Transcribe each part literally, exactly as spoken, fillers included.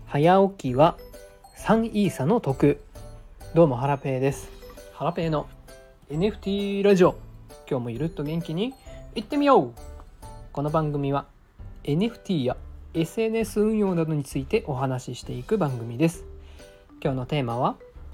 早起きはさんイーサの得。どうもハラペーです。ハラペーの エヌエフティー ラジオ、今日もゆるっと元気にいってみよう。この番組は エヌエフティー や エスエヌエス 運用などについてお話ししていく番組です。今日のテーマは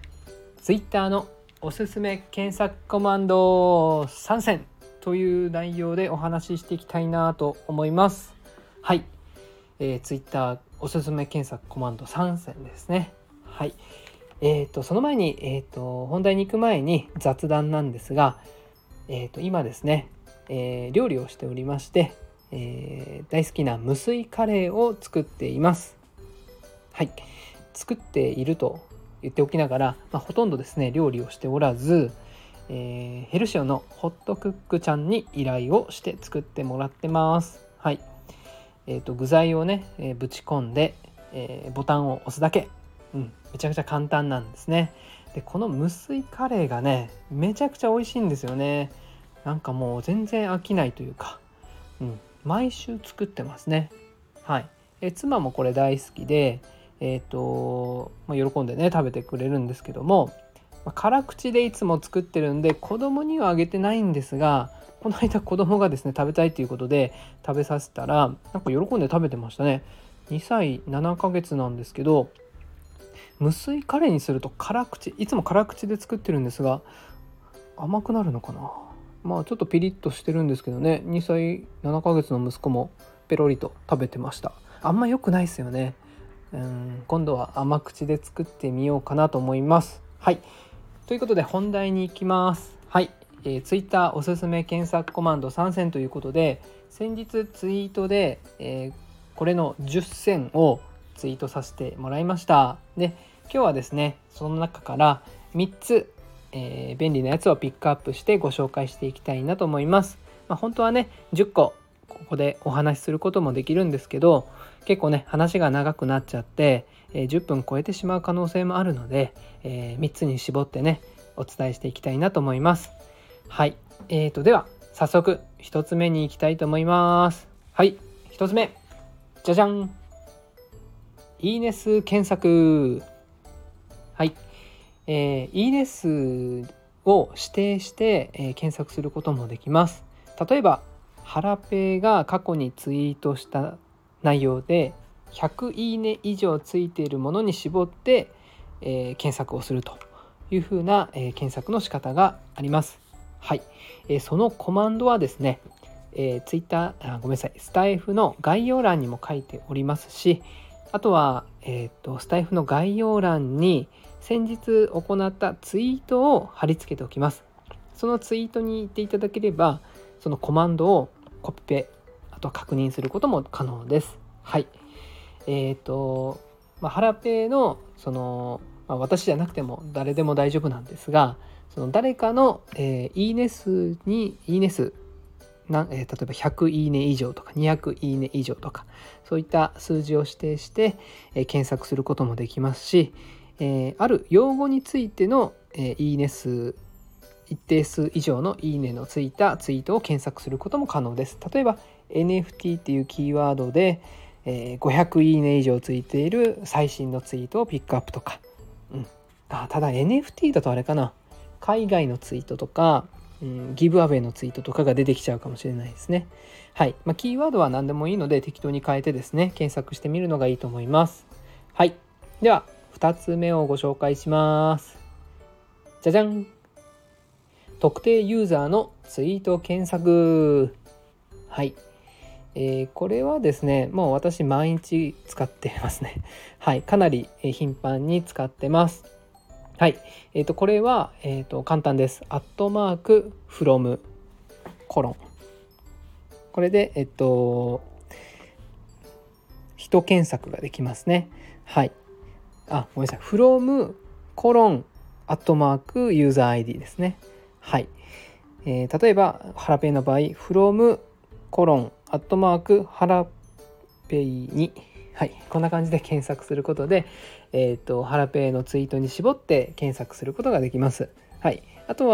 Twitter のおすすめ検索コマンド参戦という内容でお話ししていきたいなと思います。はい、えー、Twitter おすすめ検索コマンド参戦ですね。はい、えーとその前に、えーと本題に行く前に雑談なんですが、えーと今ですね、えー、料理をしておりまして、えー、大好きな無水カレーを作っています。はい、作っていると言っておきながら、まあ、ほとんどですね料理をしておらず、えー、ヘルシオのホットクックちゃんに依頼をして作ってもらってます。はい、えーと具材をね、えー、ぶち込んで、えー、ボタンを押すだけ、うん、めちゃくちゃ簡単なんですね。でこの無水カレーがねめちゃくちゃ美味しいんですよね。なんかもう全然飽きないというか、うん、毎週作ってますね。はい、え妻もこれ大好きで、えーとまあ、喜んでね食べてくれるんですけども、まあ、辛口でいつも作ってるんで子供にはあげてないんですが、この間子供がですね食べたいということで食べさせたらなんか喜んで食べてましたね。にさいななかげつなんですけど、無水カレーにすると辛口、いつも辛口で作ってるんですが甘くなるのかな。まあちょっとピリッとしてるんですけどね、にさいななかげつの息子もペロリと食べてました。あんま良くないですよね。うん、今度は甘口で作ってみようかなと思います。はい、ということで本題に行きます。はい、えー、Twitter おすすめ検索コマンド参戦ということで、先日ツイートで、えー、これのじゅっせんをツイートさせてもらいました。で今日はですねその中からみっつ、えー、便利なやつをピックアップしてご紹介していきたいなと思います。まあ、本当はねじゅっこここでお話しすることもできるんですけど、結構ね話が長くなっちゃって、えー、じゅっぷん超えてしまう可能性もあるので、えー、みっつに絞ってねお伝えしていきたいなと思います。はい、えーとでは早速ひとつめに行きたいと思います。はい、ひとつめ、じゃじゃん、いいね数検索。はい、えー、いいね数を指定して、えー、検索することもできます。例えばハラペーが過去にツイートした内容でひゃくいいね以上ついているものに絞って、えー、検索をするというふうな、えー、検索の仕方があります。はい、えー、そのコマンドはですね、えー、ツイッターあごめんなさいスタイフの概要欄にも書いておりますし、あとは、えー、とスタイフの概要欄に先日行ったツイートを貼り付けておきます。そのツイートに行っていただければそのコマンドをコピペ、あとは確認することも可能です。はい、えっ、ー、と、まあ、ハラペーのその、まあ、私じゃなくても誰でも大丈夫なんですが、その誰かの、えー、いいね数にいいね数な、えー、例えばひゃくいいね以上とかにひゃくいいね以上とかそういった数字を指定して、えー、検索することもできますし、えー、ある用語についての、えー、いいね数一定数以上のいいねのついたツイートを検索することも可能です。例えば エヌエフティー っていうキーワードで、えー、ごひゃくいいね以上ついている最新のツイートをピックアップとか、うん、あただ エヌエフティー だとあれかな、海外のツイートとか、うん、ギブアウェイのツイートとかが出てきちゃうかもしれないですね。はい、まあ、キーワードは何でもいいので適当に変えてですね検索してみるのがいいと思います。はい、ではふたつめをご紹介します。じゃじゃん、特定ユーザーのツイート検索。はい、えー、これはですねもう私毎日使ってますね。はい、かなり頻繁に使ってます。はい、えー、とこれは、えー、と簡単です。アットマークフロムコロン、これでえっと人検索ができますね。はい、あごめんなさい、フロムコロンアットマークユーザー アイディー ですね。はい、えー、例えばハラペイの場合 from コロンアットマークハラペイに、はい、こんな感じで検索することで、えー、とハラペイのツイートに絞って検索することができます。はい、あとは、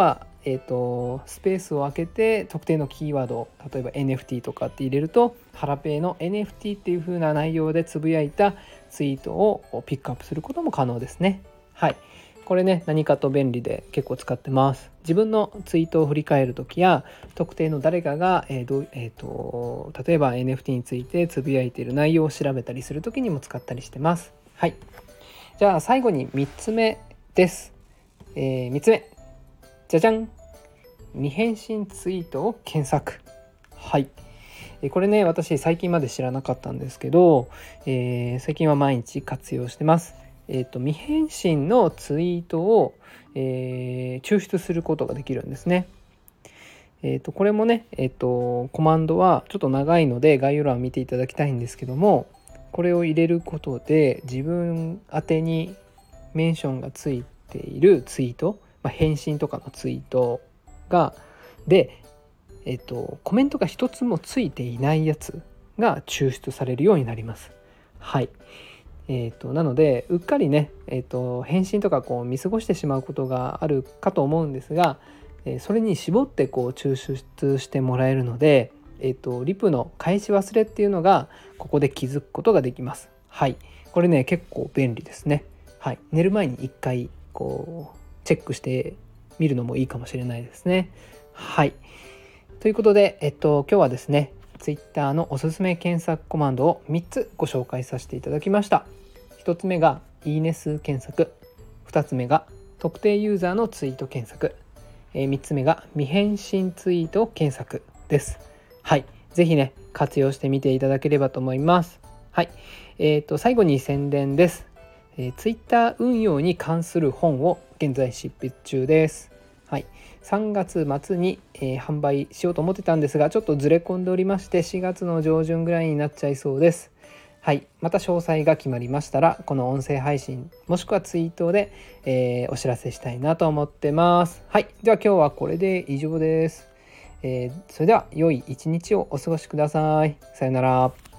えーと、スペースを空けて特定のキーワード、例えば エヌエフティー とかって入れると、ハラペーの エヌエフティー っていう風な内容でつぶやいたツイートをピックアップすることも可能ですね。はい、これね、何かと便利で結構使ってます。自分のツイートを振り返るときや、特定の誰かが、えーどえーと例えば エヌエフティー についてつぶやいている内容を調べたりするときにも使ったりしてます。はい、じゃあ最後にみっつめです。えー、みっつめ、じゃじゃん、未返信ツイートを検索。はい、えー、これね、私最近まで知らなかったんですけど、えー、最近は毎日活用してます。えーと、未返信のツイートを、えー、抽出することができるんですね。えーと、これもね、えーと、コマンドはちょっと長いので概要欄を見ていただきたいんですけども、これを入れることで自分宛てにメンションがついているツイート、まあ、返信とかのツイートがで、えーと、コメントが一つもついていないやつが抽出されるようになります。はい、えー、となのでうっかりね、えー、と返信とかこう見過ごしてしまうことがあるかと思うんですが、えー、それに絞ってこう抽出してもらえるので、えー、とリプの返し忘れっていうのがここで気づくことができます。はい、これね結構便利ですね。はい、寝る前に一回こうチェックしてみるのもいいかもしれないですね。はい、ということで、えっと、今日はですねTwitter のおすすめ検索コマンドをみっつご紹介させていただきました。ひとつめがいいね数検索、ふたつめが特定ユーザーのツイート検索、えー、みっつめが未返信ツイート検索です。はい、ぜひね活用してみていただければと思います。はい、えーと最後に宣伝です。えー、Twitter 運用に関する本を現在執筆中です。はい、さんがつ末に、えー、販売しようと思ってたんですが、ちょっとずれ込んでおりまして、しがつの上旬ぐらいになっちゃいそうです。はい、また詳細が決まりましたら、この音声配信もしくはツイートで、えー、お知らせしたいなと思ってます。はい、では今日はこれで以上です。えー、それでは良い一日をお過ごしください。さよなら。